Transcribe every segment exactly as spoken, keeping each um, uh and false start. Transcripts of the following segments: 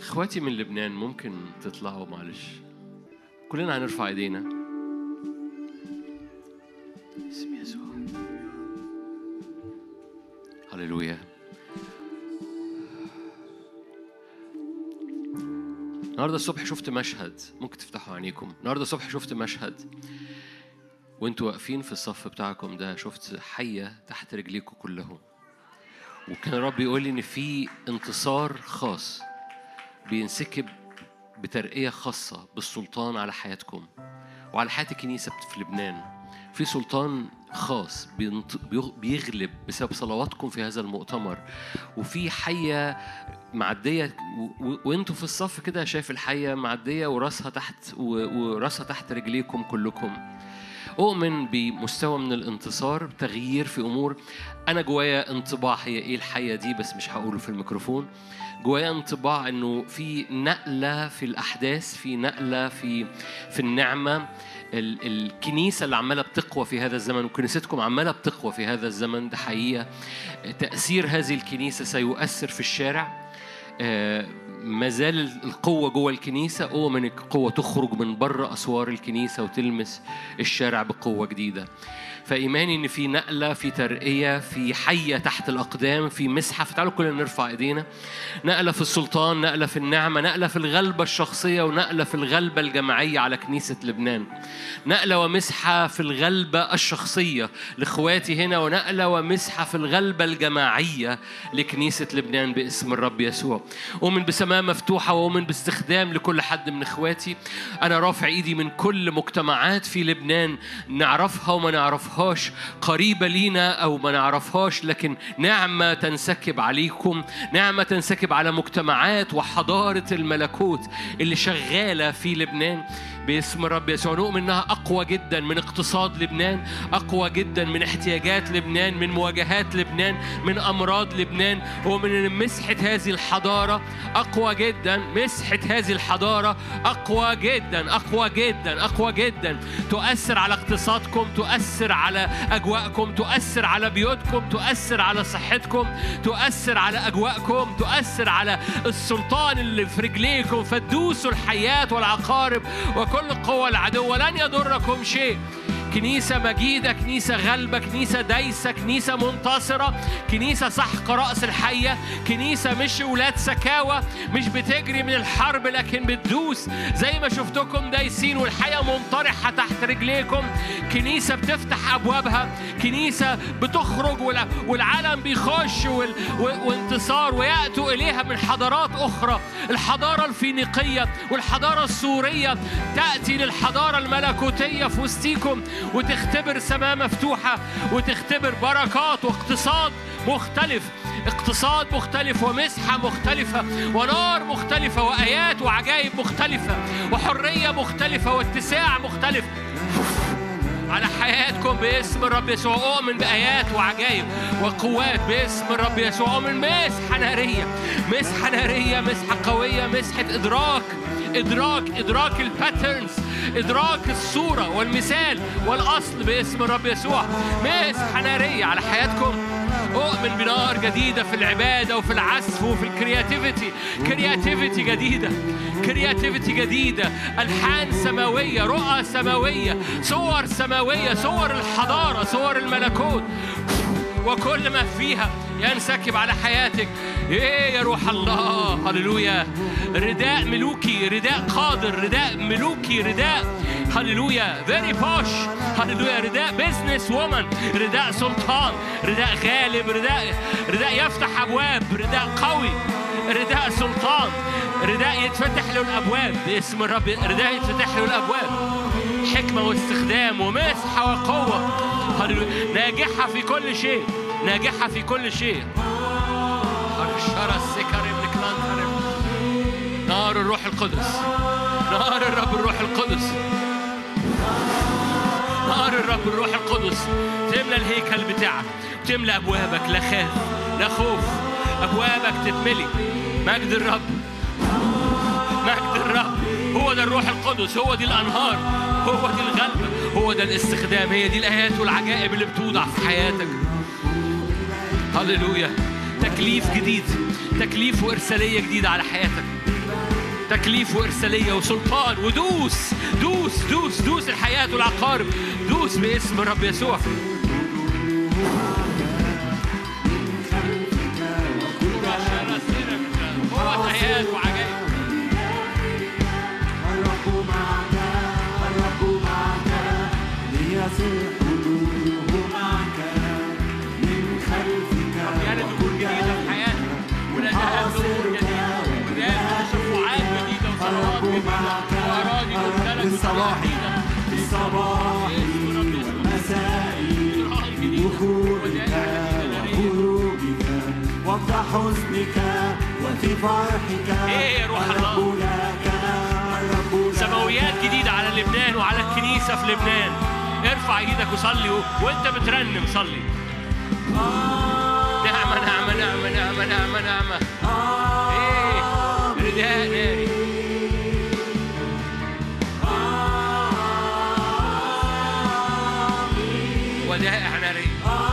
اخواتي من لبنان ممكن تطلعوا معلش؟ كلنا هنرفع ايدينا. اسم يسوع. هللويا. النهارده الصبح شفت مشهد، ممكن تفتحوا عينيكم. النهارده الصبح شفت مشهد وانتوا واقفين في الصف بتاعكم ده، شفت حية تحت رجليكم كلهم. وكان الرب يقول لي ان في انتصار خاص بينسكب بترقية خاصة بالسلطان على حياتكم وعلى حياة الكنيسة في لبنان. في سلطان خاص بيغلب بسبب صلواتكم في هذا المؤتمر. وفي حية معدية وانتوا في الصف كده، شايف الحية معدية وراسها تحت وراسها تحت رجليكم كلكم. أؤمن بمستوى من الانتصار، تغيير في أمور. أنا جوايا انطباع هي إيه الحية دي، بس مش هقوله في الميكروفون. جوايا انطباع إنه في نقلة في الأحداث، في نقلة في في النعمة. الكنيسة اللي عمالة بتقوى في هذا الزمن، وكنيستكم عمالة بتقوى في هذا الزمن، ده حقيقة. تأثير هذه الكنيسة سيؤثر في الشارع. ما زال القوة جوه الكنيسة، أؤمن إن القوة تخرج من بره أسوار الكنيسة وتلمس الشارع بقوة جديدة. فإيماني إن في نقلة، في ترقية، في حية تحت الأقدام، في مسحة. فتعالوا كلنا نرفع إيدينا. نقلة في السلطان، نقلة في النعمة، نقلة في الغلبة الشخصية، ونقلة في الغلبة الجماعية على كنيسة لبنان. نقلة ومسحة في الغلبة الشخصية لإخواتي هنا، ونقلة ومسحة في الغلبة الجماعية لكنيسة لبنان باسم الرب يسوع. أؤمن بسماء مفتوحة، وأؤمن باستخدام لكل حد من إخواتي. أنا رافع إيدي من كل مجتمعات في لبنان نعرفها وما نعرفها، قريبة لينا أو ما نعرفهاش، لكن نعمة تنسكب عليكم، نعمة تنسكب على مجتمعات وحضارة الملكوت اللي شغالة في لبنان باسم الرب يسوع. نؤمن إنها أقوى جدا من اقتصاد لبنان، أقوى جدا من احتياجات لبنان، من مواجهات لبنان، من أمراض لبنان. ومن إن مسحة هذه الحضارة أقوى جدا، مسحة هذه الحضارة أقوى جدا، أقوى جدا، أقوى جدا. تؤثر على اقتصادكم، تؤثر على أجواءكم، تؤثر على بيوتكم، تؤثر على صحتكم، تؤثر على أجواءكم، تؤثر على السلطان اللي في رجليكم. فتدوسوا الحياة والعقارب وكل قوة العدو ولن يضركم شيء. كنيسة مجيدة، كنيسة غلبة، كنيسة دايسة، كنيسة منتصرة، كنيسة سحق رأس الحية، كنيسة مش ولاد سكاوى، مش بتجري من الحرب لكن بتدوس زي ما شفتكم دايسين والحية منطرحة تحت رجليكم. كنيسة بتفتح أبوابها، كنيسة بتخرج والعالم بيخش وانتصار ويأتوا إليها من حضارات أخرى. الحضارة الفينيقية والحضارة السورية تأتي للحضارة الملكوتية في وسطيكم وتختبر سماء مفتوحة وتختبر بركات واقتصاد مختلف، اقتصاد مختلف ومسحة مختلفة ونار مختلفة وآيات وعجائب مختلفة وحرية مختلفة واتساع مختلف على حياتكم باسم الرب يسوع. أؤمن بآيات وعجائب وقوات باسم الرب يسوع. أؤمن مسحة نارية، مسحة نارية، مسحة قوية، مسحة إدراك، إدراك إدراك الباترنز، إدراك الصورة والمثال والأصل باسم الرب يسوع. مسحة نارية على حياتكم. أؤمن بنار جديدة في العبادة وفي العزف وفي الكرياتيفيتي، كرياتيفيتي جديدة، كرياتيفيتي جديدة، ألحان سماوية، رؤى سماوية، صور سماوية، صور الحضارة، صور الملكوت وكل ما فيها ينسكب على حياتك. إيه يا روح الله، هللويا. رداء ملوكي، رداء قادر، رداء ملوكي، رداء هللويا very posh، هللويا. رداء business woman، رداء سلطان، رداء غالب، رداء رداء يفتح أبواب، رداء قوي، رداء سلطان، رداء يتفتح له الأبواب باسم الرب. رداء يتفتح له الأبواب، حكمة واستخدام ومسحة وقوة، هللويا. ناجحة في كل شيء، ناجحة في كل شيء. نار الروح القدس، نار الرب الروح القدس، نار الرب الروح القدس تملى الهيكل بتاعك، تملى أبوابك. لا خاف لا خوف، أبوابك تتملي. مجد الرب، مجد الرب. هو ده الروح القدس، هو دي الأنهار، هو دي الغلبة، هو ده الاستخدام، هي دي الآيات والعجائب اللي بتوضع في حياتك. هللويا. تكليف جديد، تكليف وإرسالية جديدة على حياتك. تكليف وإرسالية وسلطان. ودوس دوس دوس دوس الحياة والعقارب، دوس باسم الرب يسوع. هو حياة وعجائب. الرب معك، الرب معك، ليصير حضوره معك من خلفك. يعني تكون جديدة في حياتك، ولها نور جديدة، ولها شفاعات جديدة وصلوات جديدة وأراضي ممتلكة بالصباح بالصباح والمساء، دخولك وخروجك وقت حزنك وفي فرحك. إيه يا روح الله، سماويات جديدة على لبنان وعلى الكنيسة في لبنان. ارفع ايدك وصلي وانت بترنم صلي. نعمة نعمة نعمة نعمة نعمة نعمة. ايه رداء ناري. ودائع ناري.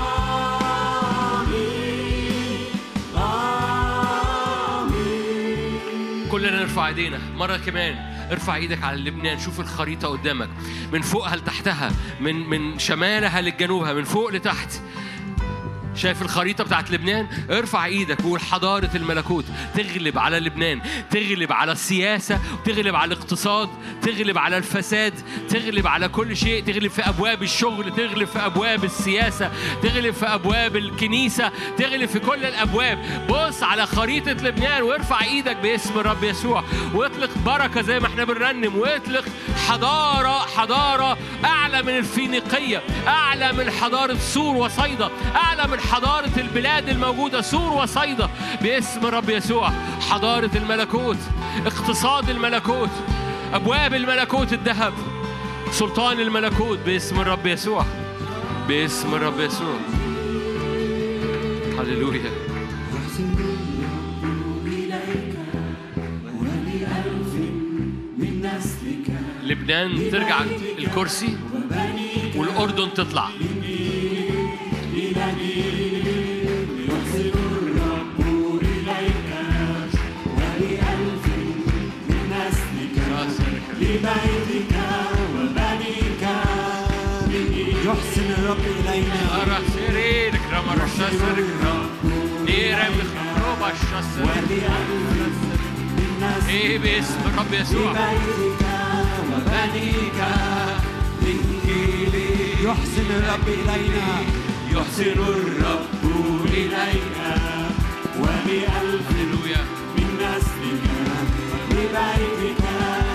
كلنا نرفع ايدينا مرة كمان. ارفع ايدك على لبنان، شوف الخريطة قدامك من فوقها لتحتها، من من شمالها لجنوبها، من فوق لتحت. شايف الخريطة بتاعت لبنان؟ ارفع ايدك وقول حضارة الملكوت تغلب على لبنان، تغلب على السياسة، تغلب على الاقتصاد، تغلب على الفساد، تغلب على كل شيء، تغلب في أبواب الشغل، تغلب في أبواب السياسة، تغلب في أبواب الكنيسة، تغلب في كل الأبواب. بص على خريطة لبنان وارفع ايدك باسم الرب يسوع، واطلق بركة زي ما احنا بنرنم، واطلق حضارة، حضارة أعلى من الفينيقية، أعلى من حضارة سور وصيدا، أعلى من حضارة البلاد الموجودة سور وصيدا باسم الرب يسوع. حضارة الملكوت، اقتصاد الملكوت، أبواب الملكوت، الذهب، سلطان الملكوت باسم الرب يسوع، باسم الرب يسوع. هللويا. لبنان ترجع الكرسي والأردن تطلع. لبيتك وبنيك يحسن الرب إلينا. أرى سيرينك رمى الرشاسر نيرم خروب الشاسر. إيه باسم الرب يسوع. لبيتك وبنيك يحسن الرب إلينا، يحسن الرب إلينا وبألف من نسلك لبيتك.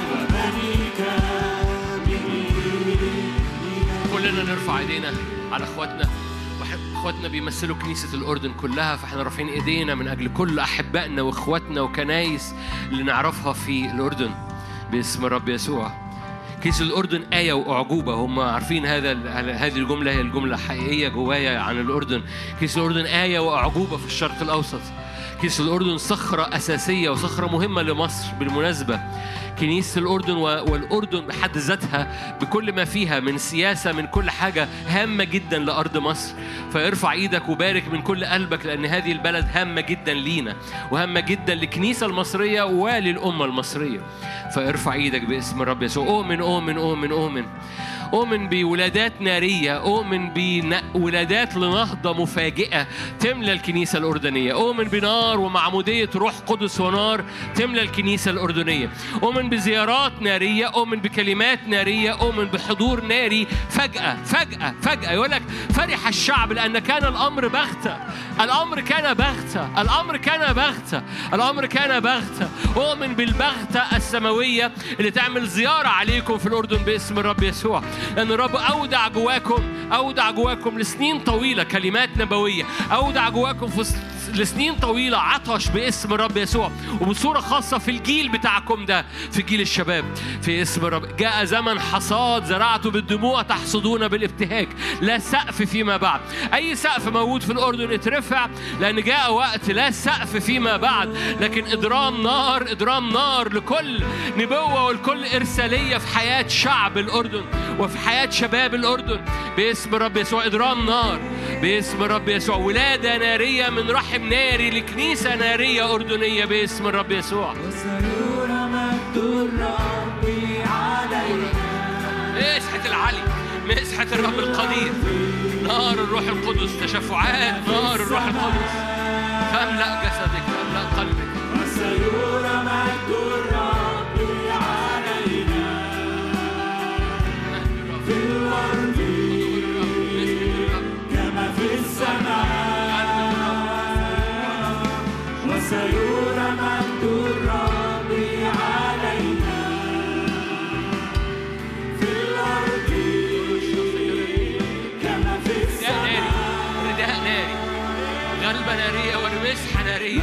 كلنا نرفع ايدينا على اخواتنا، اخواتنا بيمثلوا كنيسة الأردن كلها، فاحنا رافعين ايدينا من اجل كل احبائنا واخواتنا وكنايس اللي نعرفها في الأردن باسم الرب يسوع. كنيسة الأردن آية وأعجوبة، هم عارفين هذا هذه الجملة هي الجملة الحقيقية جوايا عن الأردن. كنيسة الأردن آية وأعجوبة في الشرق الأوسط. كنيسة الأردن صخرة أساسية وصخرة مهمة لمصر بالمناسبة. كنيسة الأردن والأردن بحد ذاتها بكل ما فيها من سياسة، من كل حاجة هامة جدا لأرض مصر. فارفع إيدك وبارك من كل قلبك، لأن هذه البلد هامة جدا لينا وهامة جدا للكنيسة المصرية وللأمة المصرية. فارفع إيدك باسم الرب يسوع. أؤمن أؤمن أؤمن أؤمن أؤمن بولادات نارية، أؤمن بولادات لنهضة مفاجئة تملى الكنيسة الأردنية، أؤمن بنار ومعمودية روح قدس ونار تملى الكنيسة الأردنية، أؤمن بزيارات نارية، أؤمن بكلمات نارية، أؤمن بحضور ناري فجأة فجأة فجأة. يقولك فرح الشعب لأن كان الأمر بغتة، الأمر كان بغتة، الأمر كان بغتة، الأمر كان بغتة. أؤمن بالبغتة السماوية اللي تعمل زيارة عليكم في الأردن باسم الرب يسوع، لأن الرب أودع جواكم أودع جواكم لسنين طويلة كلمات نبوية، أودع جواكم في لسنين طويلة عطش باسم الرب يسوع، وبصورة خاصة في الجيل بتاعكم ده، في جيل الشباب في اسم الرب. جاء زمن حصاد، زرعته بالدموع تحصدون بالابتهاج. لا سقف فيما بعد. أي سقف موجود في الأردن اترفع، لأن جاء وقت لا سقف فيما بعد، لكن إدرام نار، إدرام نار لكل نبوة ولكل إرسالية في حياة شعب الأردن وفي حياة شباب الأردن باسم الرب يسوع. إدرام نار، باسم الرب يسوع. ولادة نارية من رحم ناري لكنيسة نارية أردنية باسم الرب يسوع. وسيرى مجد الرب علينا. مسحة العلي، مسحة الرب القدير، نار الروح القدس، تشفعات نار الروح القدس تملأ جسدك، تملأ قلبك. وسيرى مجد الرب علينا في الأرض كما في السماء. وسيرى مجد الرب علينا في الأرض كما في السماء. رداء ناري، غلبة نارية والمسحة نارية.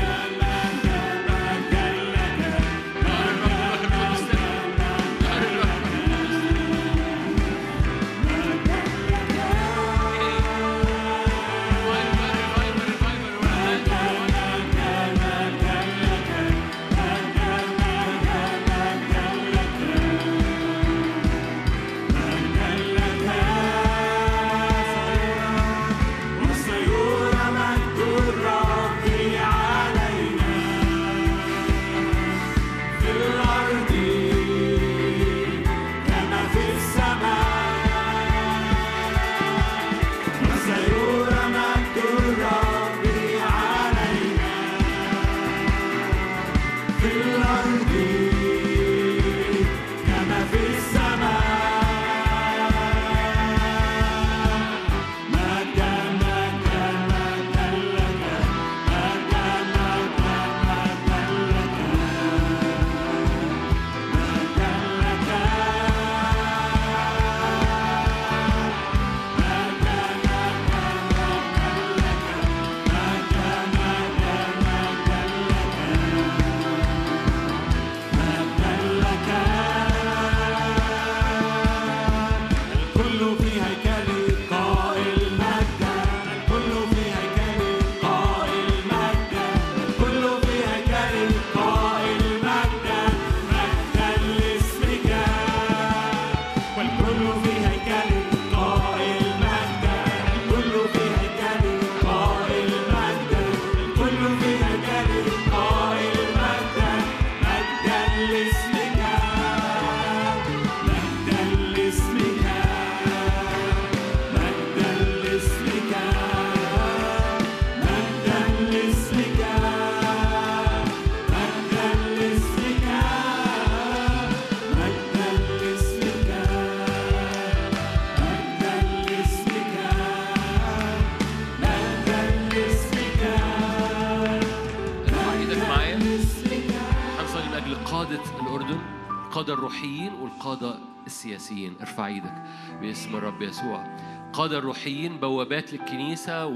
السياسيين. ارفع ايدك باسم الرب يسوع. قادة الروحيين بوابات للكنيسة،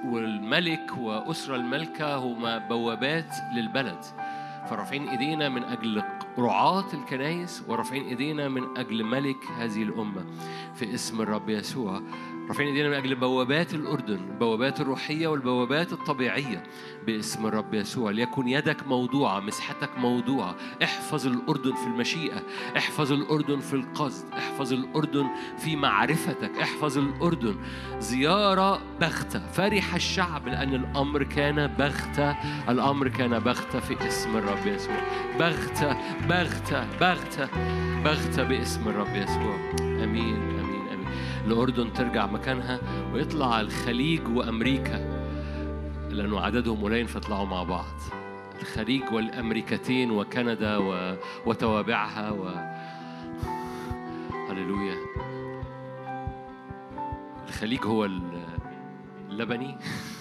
والملك وأسرة الملكة هما بوابات للبلد. فرافعين ايدينا من أجل رعاة الكنائس، ورافعين ايدينا من أجل ملك هذه الأمة في اسم الرب يسوع. رافعين ايدينا من أجل بوابات الأردن، البوابات الروحية والبوابات الطبيعية باسم الرب يسوع. ليكن يدك موضوعة، مسحتك موضوعة. احفظ الأردن في المشيئة، احفظ الأردن في القصد، احفظ الأردن في معرفتك، احفظ الأردن. زيارة بغتة، فرح الشعب لأن الأمر كان بغتة، الأمر كان بغتة في اسم الرب يسوع. بغتة بغتة بغتة بغتة باسم الرب يسوع. أمين أمين أمين. الأردن ترجع مكانها ويطلع الخليج وأمريكا، لأنه عددهم قليل فيطلعوا مع بعض. الخليج والأمريكتين وكندا و... وتوابعها و... هللويا. الخليج هو اللبني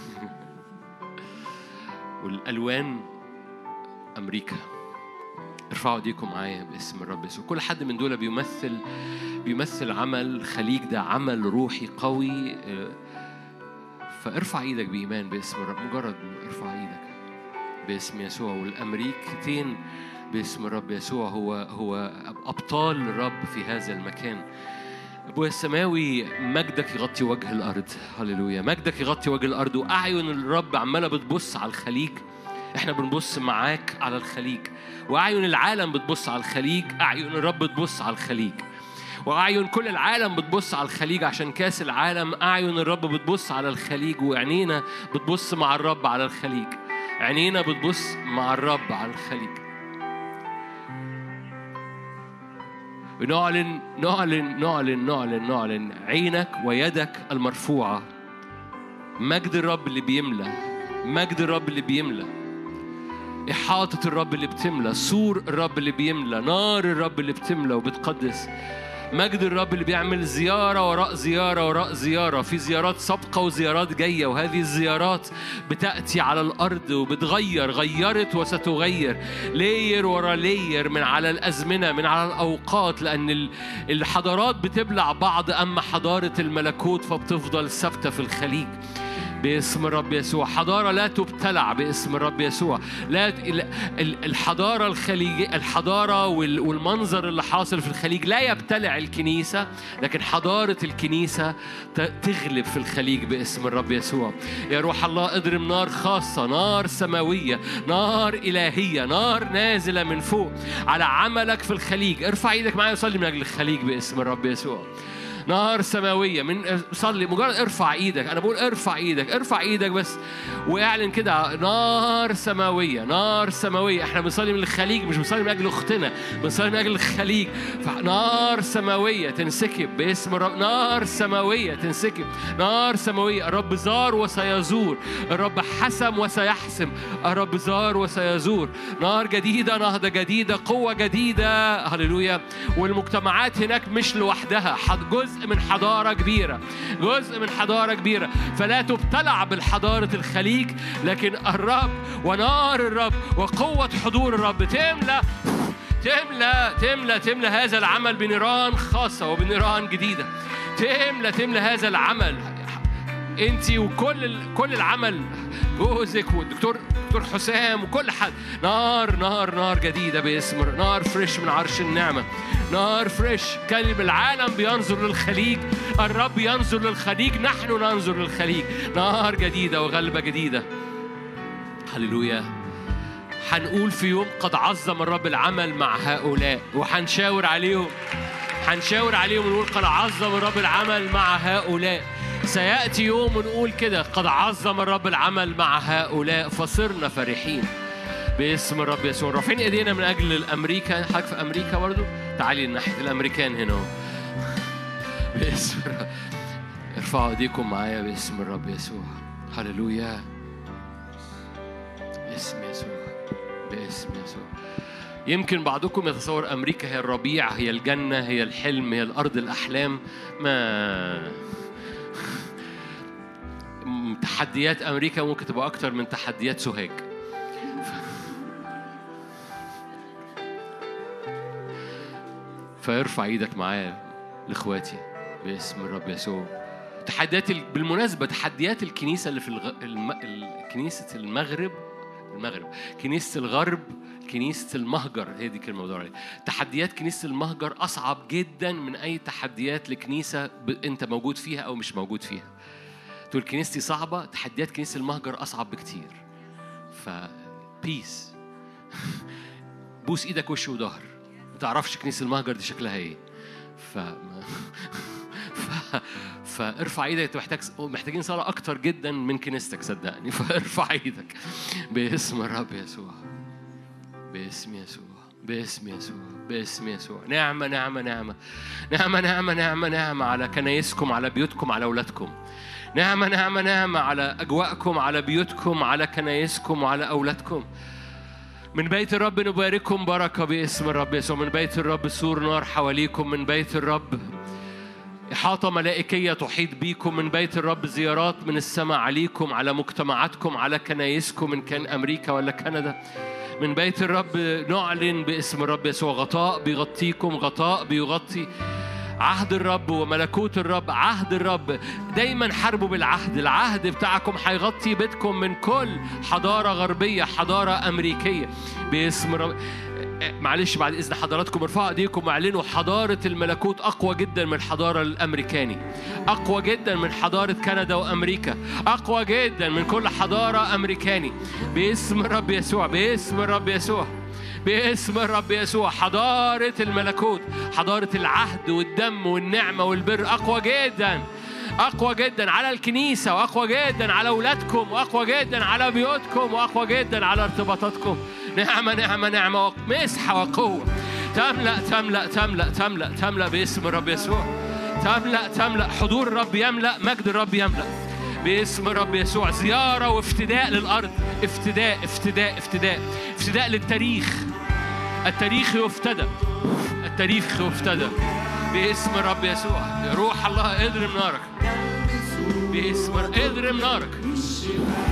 والألوان أمريكا. ارفعوا ايديكم معايا باسم الرب يسوع. كل حد من دول بيمثل بيمثل عمل خليج، ده عمل روحي قوي. فارفع ايدك بإيمان باسم الرب، مجرد ارفع ايدك باسم يسوع. والأمريكتين باسم الرب يسوع هو هو أبطال الرب في هذا المكان. أبويا السماوي، مجدك يغطي وجه الأرض. هللويا. مجدك يغطي وجه الأرض، وأعين الرب عمالة بتبص على الخليج. احنا بنبص معاك على الخليج، وأعين العالم بتبص على الخليج، أعين الرب بتبص على الخليج. وأعين كل العالم بتبص على الخليج عشان كاس العالم. أعين الرب بتبص على الخليج، وعينينا بتبص مع الرب على الخليج. عينينا بتبص مع الرب على الخليج. نعلن نعلن نعلن نعلن نعلن عينك ويدك المرفوعة. مجد الرب اللي بيملى، مجد الرب اللي بيملى، إحاطة الرب اللي بتملى، سور الرب اللي بيملى، نار الرب اللي بتملى وبتقدس. مجد الرب اللي بيعمل زيارة وراء زيارة وراء زيارة. في زيارات سابقة وزيارات جاية، وهذه الزيارات بتأتي على الأرض وبتغير، غيرت وستغير لير ورا لير من على الأزمنة، من على الأوقات، لأن الحضارات بتبلع بعض، أما حضارة الملكوت فبتفضل ثابتة في الخليج باسم الرب يسوع. حضارة لا تبتلع باسم الرب يسوع. لا الحضارة الخليجية، الحضارة والمنظر اللي حاصل في الخليج لا يبتلع الكنيسة، لكن حضارة الكنيسة تغلب في الخليج باسم الرب يسوع. يا روح الله اضرب نار خاصة، نار سماوية، نار إلهية، نار نازلة من فوق على عملك في الخليج. ارفع ايدك معايا وصلي من أجل الخليج باسم الرب يسوع. نار سماوية من صلي، مجرد ارفع ايدك. انا بقول ارفع ايدك، ارفع ايدك بس واعلن كده نار سماوية، نار سماوية. احنا بنصلي من الخليج، مش بنصلي من اجل اختنا، بنصلي من اجل الخليج. نار سماوية تنسكب باسم الرب، نار سماوية تنسكب، نار سماوية. الرب زار وسيزور، الرب حسم وسيحسم، الرب زار وسيزور. نار جديدة، نهضة جديدة، قوة جديدة. هللويا. والمجتمعات هناك مش لوحدها، جزء من حضارة كبيرة، جزء من حضارة كبيرة. فلا تبتلع بالحضارة الخليج، لكن الرب ونار الرب وقوة حضور الرب تملى تملى تملى تملى هذا العمل بنيران خاصة وبنيران جديدة. تملى تملى هذا العمل انت وكل كل العمل، جوزك والدكتور دكتور حسام وكل حد. نار نار نار جديدة باسم، نار فريش من عرش النعمة، نار فريش. كلب العالم بينظر للخليج، الرب ينظر للخليج، نحن ننظر للخليج. نار جديدة وغلبة جديدة. هللويا. هنقول في يوم قد عظم الرب العمل مع هؤلاء، وهنشاور عليهم، هنشاور عليهم ونقول قد عظم الرب العمل مع هؤلاء. سيأتي يوم ونقول كده قد عظم الرب العمل مع هؤلاء فصرنا فرحين باسم الرب يسوع. رافعين ايدينا من اجل الامريكا. حضرتك في امريكا برضو؟ تعالي ناحيه الامريكان هنا باسم الرب. ارفعوا ايديكم معايا باسم الرب يسوع. هللويا. باسم يسوع، باسم يسوع. يمكن بعضكم يتصور امريكا هي الربيع، هي الجنه، هي الحلم، هي الارض الاحلام. ما تحديات أمريكا ممكن تبقى أكتر من تحديات سوهاج. فارفع ايدك معايا لإخواتي باسم الرب يسوع. تحديات بالمناسبة، تحديات الكنيسة اللي في الغ... الم... كنيسة المغرب المغرب كنيسة الغرب، كنيسة المهجر، هي دي كلمة بدور عليها. تحديات كنيسة المهجر أصعب جدا من أي تحديات لكنيسة ب... أنت موجود فيها أو مش موجود فيها. تقول كنيستي صعبة، تحديات كنيسة المهجر أصعب بكتير. ف بيس بوس إيدك وش وظهر، ما تعرفش كنيسة المهجر دي شكلها إيه. ف ف فارفع ايدك. انت محتاج محتاجين صلاة أكتر جدا من كنيستك صدقني. فارفع ايدك باسم الرب يسوع، باسم يسوع، باسم يسوع، باسم يسوع. نعمة نعمة نعمة نعمة نعمة نعمة نعمة على كنايسكم، على بيوتكم، على أولادكم. نعمة نعمة نعمة على أجواءكم، على بيوتكم، على كنايسكم وعلى أولادكم. من بيت الرب نبارككم بركة باسم الرب يسوع. من بيت الرب سور نار حواليكم. من بيت الرب إحاطة ملائكية تحيط بيكم. من بيت الرب زيارات من السماء عليكم، على مجتمعاتكم، على كنايسكم إن كان أمريكا ولا كندا. من بيت الرب نعلن باسم الرب يسوع غطاء بيغطيكم، غطاء بيغطي عهد الرب وملكوت الرب. عهد الرب دايما حاربوا بالعهد. العهد بتاعكم هيغطي بيتكم من كل حضارة غربية، حضارة أمريكية باسم الرب. معلش بعد إذن حضراتكم ارفعوا ايديكم واعلنوا حضارة الملكوت أقوى جدا من الحضارة الأمريكاني، أقوى جدا من حضارة كندا وأمريكا، أقوى جدا من كل حضارة أمريكاني باسم الرب يسوع، باسم الرب يسوع. باسم الرب يسوع. حضارة الملكوت، حضارة العهد والدم والنعمة والبر أقوى جدا، أقوى جدا على الكنيسة، وأقوى جدا على أولادكم، وأقوى جدا على بيوتكم، وأقوى جدا على ارتباطاتكم. نعمة نعمة نعمة، مسحة وقوة تملأ تملأ تملأ تملأ تملأ باسم الرب يسوع. تملأ تملأ حضور الرب يملأ، مجد الرب يملأ باسم الرب يسوع. زيارة وافتداء للأرض، افتداء افتداء افتداء افتداء للتاريخ. التاريخ يفتدى، التاريخ يفتدى باسم الرب يسوع. روح الله اضرب نارك باسم، اضرب نارك